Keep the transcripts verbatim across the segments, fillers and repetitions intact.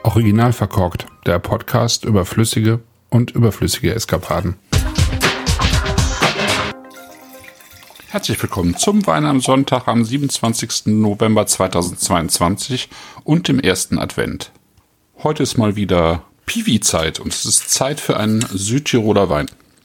Original verkorkt, der Podcast über flüssige und überflüssige Eskapaden. Herzlich willkommen zum Wein am Sonntag am siebenundzwanzigsten November zweitausendzweiundzwanzig und dem ersten Advent. Heute ist mal wieder Piwi-Zeit und es ist Zeit für einen Südtiroler Wein.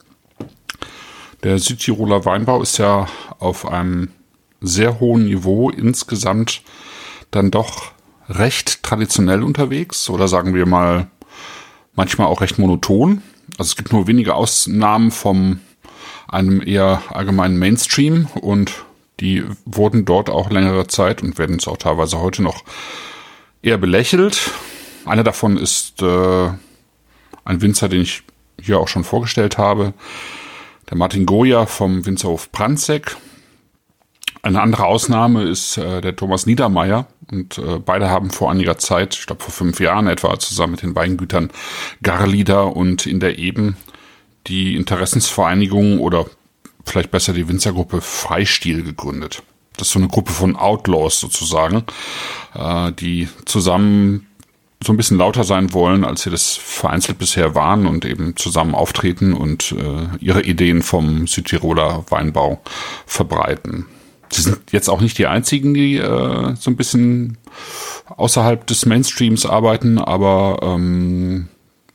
Der Südtiroler Weinbau ist ja auf einem sehr hohen Niveau insgesamt dann doch recht traditionell unterwegs oder sagen wir mal manchmal auch recht monoton. Also es gibt nur wenige Ausnahmen vom einem eher allgemeinen Mainstream und die wurden dort auch längere Zeit und werden es auch teilweise heute noch eher belächelt. Einer davon ist äh, ein Winzer, den ich hier auch schon vorgestellt habe, der Martin Goya vom Winzerhof Pranzek. Eine andere Ausnahme ist äh, der Thomas Niedermeyer und äh, beide haben vor einiger Zeit, ich glaube vor fünf Jahren etwa, zusammen mit den Weingütern Garlieder und in der Eben die Interessensvereinigung oder vielleicht besser die Winzergruppe Freistil gegründet. Das ist so eine Gruppe von Outlaws sozusagen, äh, die zusammen so ein bisschen lauter sein wollen, als sie das vereinzelt bisher waren und eben zusammen auftreten und äh, ihre Ideen vom Südtiroler Weinbau verbreiten. Sie sind jetzt auch nicht die einzigen, die äh, so ein bisschen außerhalb des Mainstreams arbeiten, aber ähm,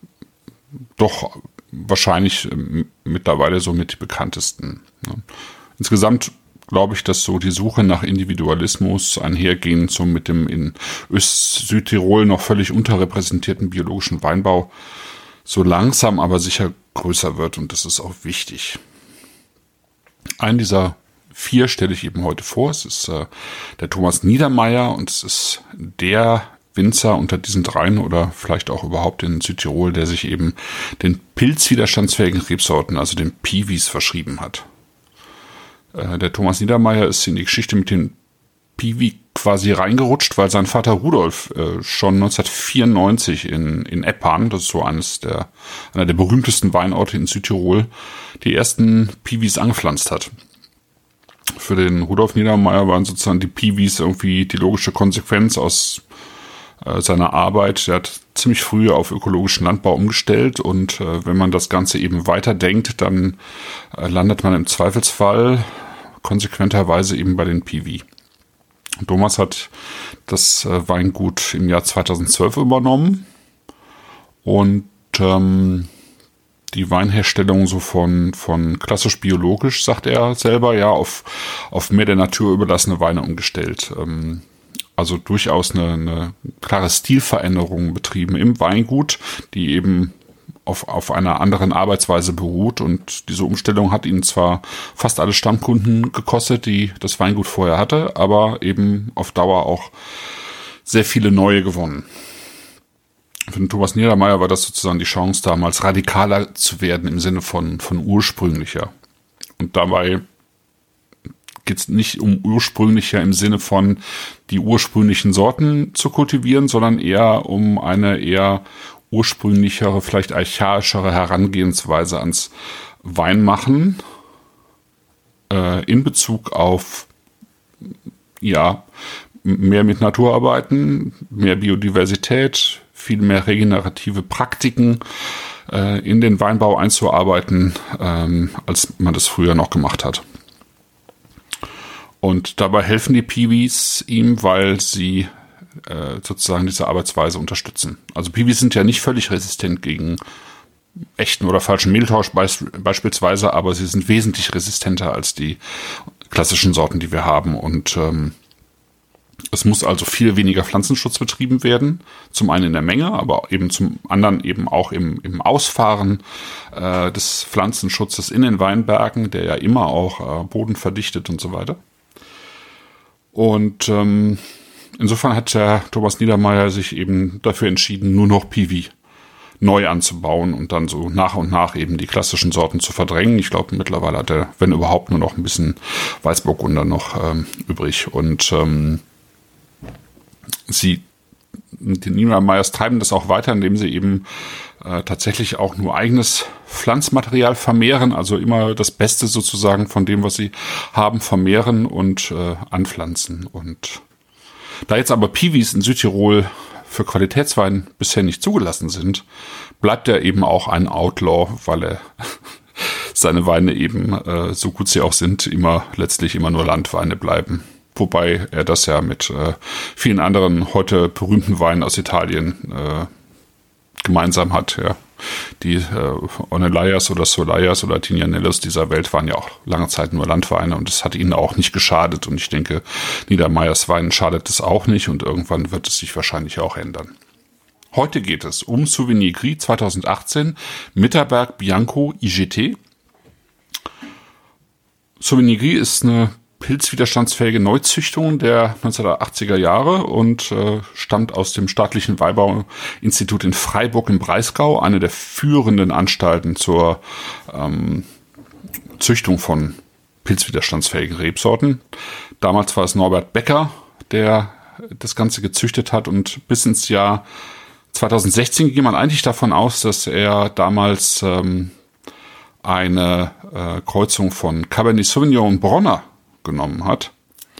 doch wahrscheinlich äh, mittlerweile so mit die bekanntesten. Ne? Insgesamt glaube ich, dass so die Suche nach Individualismus einhergehend so mit dem in Öst-Südtirol noch völlig unterrepräsentierten biologischen Weinbau so langsam aber sicher größer wird und das ist auch wichtig. Einen dieser vier stelle ich eben heute vor. Es ist äh, der Thomas Niedermeyer und es ist der Winzer unter diesen dreien oder vielleicht auch überhaupt in Südtirol, der sich eben den pilzwiderstandsfähigen Rebsorten, also den Piwis, verschrieben hat. Äh, der Thomas Niedermeyer ist in die Geschichte mit den Piwi quasi reingerutscht, weil sein Vater Rudolf äh, schon neunzehnhundertvierundneunzig in, in Eppan, das ist so eines der, einer der berühmtesten Weinorte in Südtirol, die ersten Piwis angepflanzt hat. Für den Rudolf Niedermeyer waren sozusagen die Piwis irgendwie die logische Konsequenz aus äh, seiner Arbeit. Er hat ziemlich früh auf ökologischen Landbau umgestellt und äh, wenn man das Ganze eben weiterdenkt, dann äh, landet man im Zweifelsfall konsequenterweise eben bei den Piwi. Thomas hat das äh, Weingut im Jahr zweitausendzwölf übernommen und ähm, die Weinherstellung so von von klassisch biologisch, sagt er selber, ja, auf auf mehr der Natur überlassene Weine umgestellt. Ähm, also durchaus eine, eine klare Stilveränderung betrieben im Weingut, die eben auf auf einer anderen Arbeitsweise beruht. Und diese Umstellung hat ihn zwar fast alle Stammkunden gekostet, die das Weingut vorher hatte, aber eben auf Dauer auch sehr viele neue gewonnen. Für den Thomas Niedermeyer war das sozusagen die Chance, damals radikaler zu werden im Sinne von, von ursprünglicher. Und dabei geht es nicht um ursprünglicher im Sinne von die ursprünglichen Sorten zu kultivieren, sondern eher um eine eher ursprünglichere, vielleicht archaischere Herangehensweise ans Weinmachen äh, in Bezug auf ja mehr mit Natur arbeiten, mehr Biodiversität, viel mehr regenerative Praktiken äh, in den Weinbau einzuarbeiten, ähm, als man das früher noch gemacht hat. Und dabei helfen die Piwis ihm, weil sie äh, sozusagen diese Arbeitsweise unterstützen. Also Piwis sind ja nicht völlig resistent gegen echten oder falschen Mehltausch beis- beispielsweise, aber sie sind wesentlich resistenter als die klassischen Sorten, die wir haben. Und ähm, es muss also viel weniger Pflanzenschutz betrieben werden, zum einen in der Menge, aber eben zum anderen eben auch im, im Ausfahren äh, des Pflanzenschutzes in den Weinbergen, der ja immer auch äh, Boden verdichtet und so weiter. Und ähm, insofern hat der Thomas Niedermeyer sich eben dafür entschieden, nur noch Piwi neu anzubauen und dann so nach und nach eben die klassischen Sorten zu verdrängen. Ich glaube, mittlerweile hat er, wenn überhaupt, nur noch ein bisschen Weißburgunder noch ähm, übrig. Und ähm, Sie, die Niedermeyers treiben das auch weiter, indem sie eben äh, tatsächlich auch nur eigenes Pflanzmaterial vermehren, also immer das Beste sozusagen von dem, was sie haben, vermehren und äh, anpflanzen. Und da jetzt aber Piwis in Südtirol für Qualitätswein bisher nicht zugelassen sind, bleibt er eben auch ein Outlaw, weil er seine Weine eben, äh, so gut sie auch sind, immer letztlich immer nur Landweine bleiben. Wobei er das ja mit äh, vielen anderen heute berühmten Weinen aus Italien äh, gemeinsam hat. Ja. Die äh, Ornelayas oder Solayas oder Tignanellos dieser Welt waren ja auch lange Zeit nur Landweine und es hat ihnen auch nicht geschadet. Und ich denke, Niedermeyers Weinen schadet es auch nicht und irgendwann wird es sich wahrscheinlich auch ändern. Heute geht es um Sauvigny Gris zwanzig achtzehn, Mitterberg Bianco I G T. Sauvigny Gris ist eine pilzwiderstandsfähige Neuzüchtung der neunzehnhundertachtziger Jahre und äh, stammt aus dem staatlichen Weinbauinstitut in Freiburg im Breisgau, eine der führenden Anstalten zur ähm, Züchtung von pilzwiderstandsfähigen Rebsorten. Damals war es Norbert Becker, der das Ganze gezüchtet hat und bis ins Jahr zwanzig sechzehn ging man eigentlich davon aus, dass er damals ähm, eine äh, Kreuzung von Cabernet Sauvignon und Bronner genommen hat.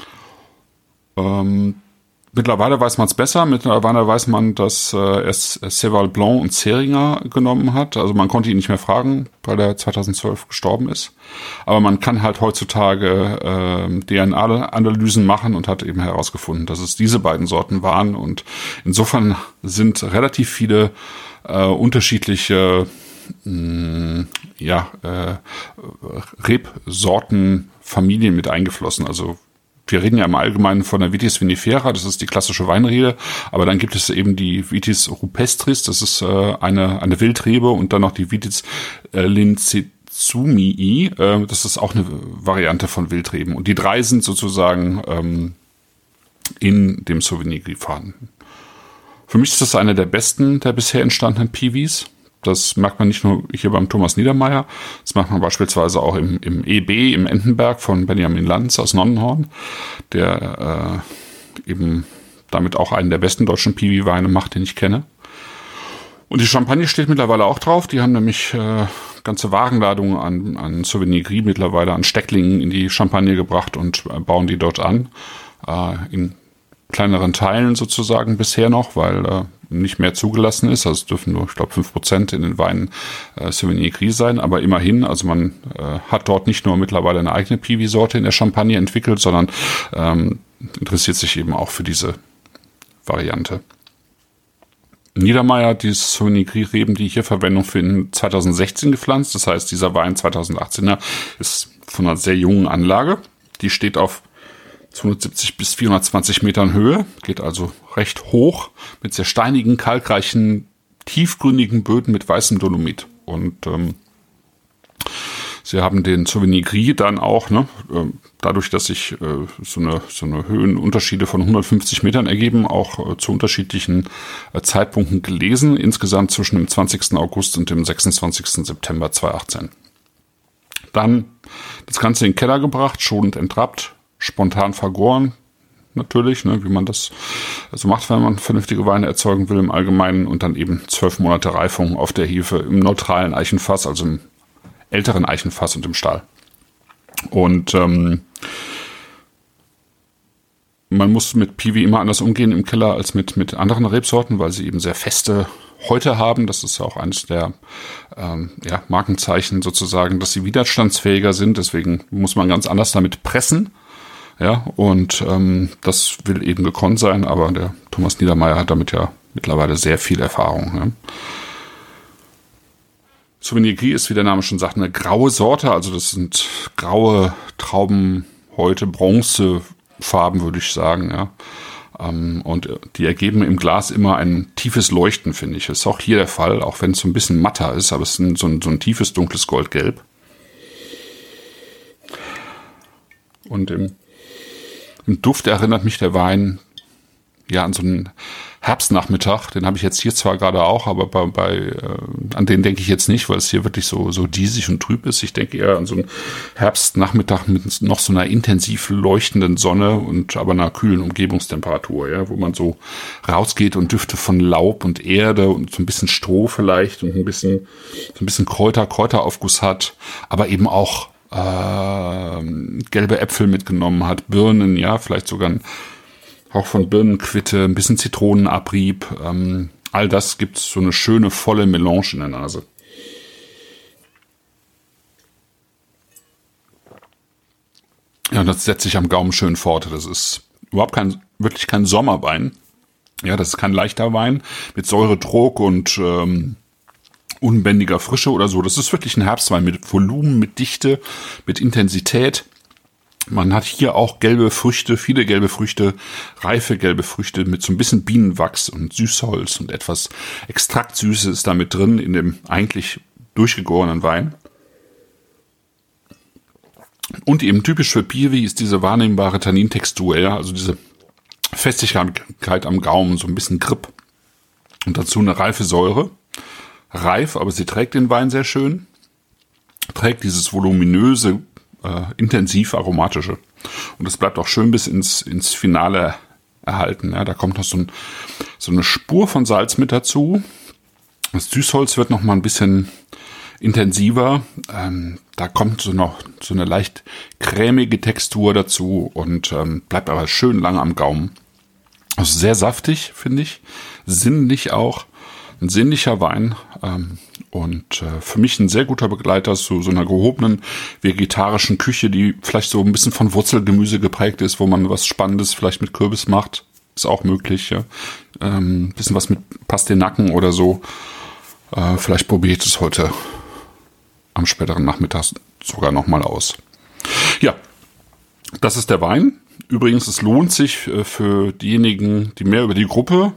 Ähm, mittlerweile weiß man es besser. Mittlerweile weiß man, dass äh, er Cheval Blanc und Zeringer genommen hat. Also man konnte ihn nicht mehr fragen, weil er zweitausendzwölf gestorben ist. Aber man kann halt heutzutage äh, D N A-Analysen machen und hat eben herausgefunden, dass es diese beiden Sorten waren. Und insofern sind relativ viele äh, unterschiedliche mh, ja, äh, Rebsorten Familien mit eingeflossen. Also wir reden ja im Allgemeinen von der Vitis vinifera, das ist die klassische Weinrebe, aber dann gibt es eben die Vitis rupestris, das ist äh, eine eine Wildrebe und dann noch die Vitis äh, lincezumii, äh, das ist auch eine Variante von Wildreben. Und die drei sind sozusagen ähm, in dem Sauvigny Gris vorhanden. Für mich ist das eine der besten der bisher entstandenen Piwis. Das merkt man nicht nur hier beim Thomas Niedermeyer, das macht man beispielsweise auch im, im E B, im Entenberg von Benjamin Lanz aus Nonnenhorn, der äh, eben damit auch einen der besten deutschen Piwi-Weine macht, den ich kenne. Und die Champagne steht mittlerweile auch drauf. Die haben nämlich äh, ganze Wagenladungen an, an Sauvigny Gris mittlerweile an Stecklingen in die Champagne gebracht und äh, bauen die dort an. Äh, in kleineren Teilen sozusagen bisher noch, weil äh, nicht mehr zugelassen ist. Also es dürfen nur, ich glaube, fünf Prozent in den Weinen äh, Sauvigny Gris sein. Aber immerhin, also man äh, hat dort nicht nur mittlerweile eine eigene Piwi-Sorte in der Champagne entwickelt, sondern ähm, interessiert sich eben auch für diese Variante. Niedermeyer, die Sauvigny Gris Reben, die hier Verwendung finden, zwanzig sechzehn gepflanzt. Das heißt, dieser Wein zwanzig achtzehner ist von einer sehr jungen Anlage. Die steht auf zweihundertsiebzig bis vierhundertzwanzig Metern Höhe, geht also recht hoch mit sehr steinigen, kalkreichen, tiefgründigen Böden mit weißem Dolomit. Und ähm, sie haben den Sauvigny Gris dann auch, ne, äh, dadurch, dass sich äh, so eine so eine Höhenunterschiede von hundertfünfzig Metern ergeben, auch äh, zu unterschiedlichen äh, Zeitpunkten gelesen, insgesamt zwischen dem zwanzigsten August und dem sechsundzwanzigsten September zweitausendachtzehn. Dann das Ganze in den Keller gebracht, schonend entrappt, spontan vergoren, natürlich, ne, wie man das so macht, wenn man vernünftige Weine erzeugen will im Allgemeinen, und dann eben zwölf Monate Reifung auf der Hefe im neutralen Eichenfass, also im älteren Eichenfass und im Stahl. Und ähm, man muss mit Piwi immer anders umgehen im Keller als mit, mit anderen Rebsorten, weil sie eben sehr feste Häute haben. Das ist ja auch eines der ähm, ja, Markenzeichen sozusagen, dass sie widerstandsfähiger sind. Deswegen muss man ganz anders damit pressen. Ja, und ähm, das will eben gekonnt sein, aber der Thomas Niedermeyer hat damit ja mittlerweile sehr viel Erfahrung. Ja. Sauvigny Gris ist, wie der Name schon sagt, eine graue Sorte, also das sind graue Traubenhäute, Bronzefarben, würde ich sagen, ja. Ähm, und die ergeben im Glas immer ein tiefes Leuchten, finde ich. Das ist auch hier der Fall, auch wenn es so ein bisschen matter ist, aber es ist so ein, so ein tiefes, dunkles Goldgelb. Und im Im Duft erinnert mich der Wein ja an so einen Herbstnachmittag. Den habe ich jetzt hier zwar gerade auch, aber bei, bei äh, an den denke ich jetzt nicht, weil es hier wirklich so so diesig und trüb ist. Ich denke eher an so einen Herbstnachmittag mit noch so einer intensiv leuchtenden Sonne und aber einer kühlen Umgebungstemperatur, ja, wo man so rausgeht und Düfte von Laub und Erde und so ein bisschen Stroh vielleicht und ein bisschen so ein bisschen Kräuter, Kräuteraufguss hat, aber eben auch Äh, gelbe Äpfel mitgenommen hat, Birnen, ja, vielleicht sogar ein Hauch von Birnenquitte, ein bisschen Zitronenabrieb. Ähm, all das gibt so eine schöne, volle Melange in der Nase. Ja, und das setzt sich am Gaumen schön fort. Das ist überhaupt kein, wirklich kein Sommerwein. Ja, das ist kein leichter Wein mit Säuredruck und ähm, unbändiger Frische oder so. Das ist wirklich ein Herbstwein mit Volumen, mit Dichte, mit Intensität. Man hat hier auch gelbe Früchte, viele gelbe Früchte, reife gelbe Früchte mit so ein bisschen Bienenwachs und Süßholz und etwas Extraktsüße ist da mit drin in dem eigentlich durchgegorenen Wein. Und eben typisch für Piwi ist diese wahrnehmbare Tannintextur, ja, also diese Festigkeit am Gaumen, so ein bisschen Grip. Und dazu eine reife Säure. Reif, aber sie trägt den Wein sehr schön. Trägt dieses voluminöse, äh, intensiv aromatische. Und es bleibt auch schön bis ins, ins Finale erhalten. Ja, da kommt noch so, ein, so eine Spur von Salz mit dazu. Das Süßholz wird noch mal ein bisschen intensiver. Ähm, da kommt so noch so eine leicht cremige Textur dazu und ähm, bleibt aber schön lange am Gaumen. Also sehr saftig, finde ich. Sinnlich auch. Ein sinnlicher Wein. Ähm, und äh, für mich ein sehr guter Begleiter zu so einer gehobenen vegetarischen Küche, die vielleicht so ein bisschen von Wurzelgemüse geprägt ist, wo man was Spannendes vielleicht mit Kürbis macht. Ist auch möglich, ja. Ähm, bisschen was mit Pastinaken oder so. Äh, vielleicht probiere ich es heute am späteren Nachmittag sogar nochmal aus. Ja, das ist der Wein. Übrigens, es lohnt sich für diejenigen, die mehr über die Gruppe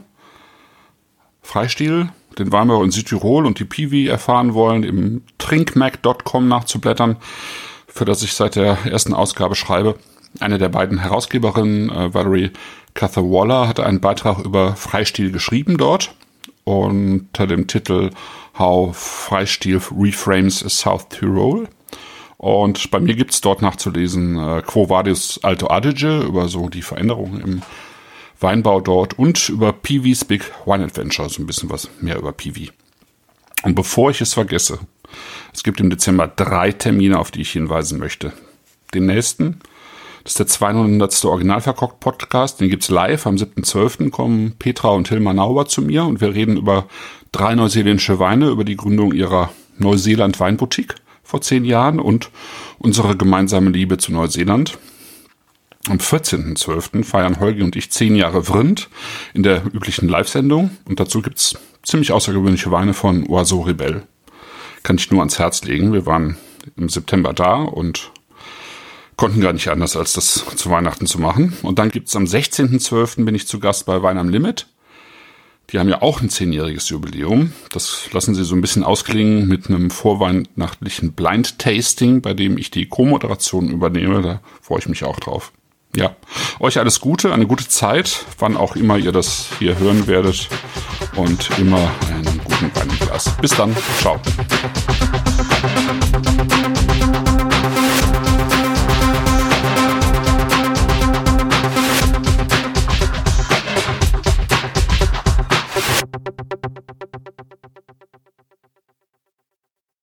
Freistil, den Weinbau in Südtirol und die Piwi erfahren wollen, im trinkmac Punkt com nachzublättern, für das ich seit der ersten Ausgabe schreibe. Eine der beiden Herausgeberinnen, äh, Valerie Cather-Waller, hat einen Beitrag über Freistil geschrieben dort unter dem Titel How Freistil Reframes South Tyrol. Und bei mir gibt's dort nachzulesen äh, Quo Vadis Alto Adige über so die Veränderungen im Weinbau dort und über Piwi's Big Wine Adventure, so ein bisschen was mehr über Piwi. Und bevor ich es vergesse, es gibt im Dezember drei Termine, auf die ich hinweisen möchte. Den nächsten, das ist der zweihundertste Originalverkocht-Podcast, den gibt's live. Am siebten zwölften kommen Petra und Hilmar Nauber zu mir und wir reden über drei neuseeländische Weine, über die Gründung ihrer Neuseeland-Weinboutique vor zehn Jahren und unsere gemeinsame Liebe zu Neuseeland. Am vierzehnten zwölften feiern Holgi und ich zehn Jahre Vrind in der üblichen Live-Sendung. Und dazu gibt's ziemlich außergewöhnliche Weine von Oiseau Rebelle. Kann ich nur ans Herz legen. Wir waren im September da und konnten gar nicht anders, als das zu Weihnachten zu machen. Und dann gibt's am sechzehnten zwölften bin ich zu Gast bei Wein am Limit. Die haben ja auch ein zehnjähriges Jubiläum. Das lassen sie so ein bisschen ausklingen mit einem vorweihnachtlichen Blind-Tasting, bei dem ich die Co-Moderation übernehme. Da freue ich mich auch drauf. Ja, euch alles Gute, eine gute Zeit, wann auch immer ihr das hier hören werdet und immer einen guten Wein im Glas. Bis dann, ciao.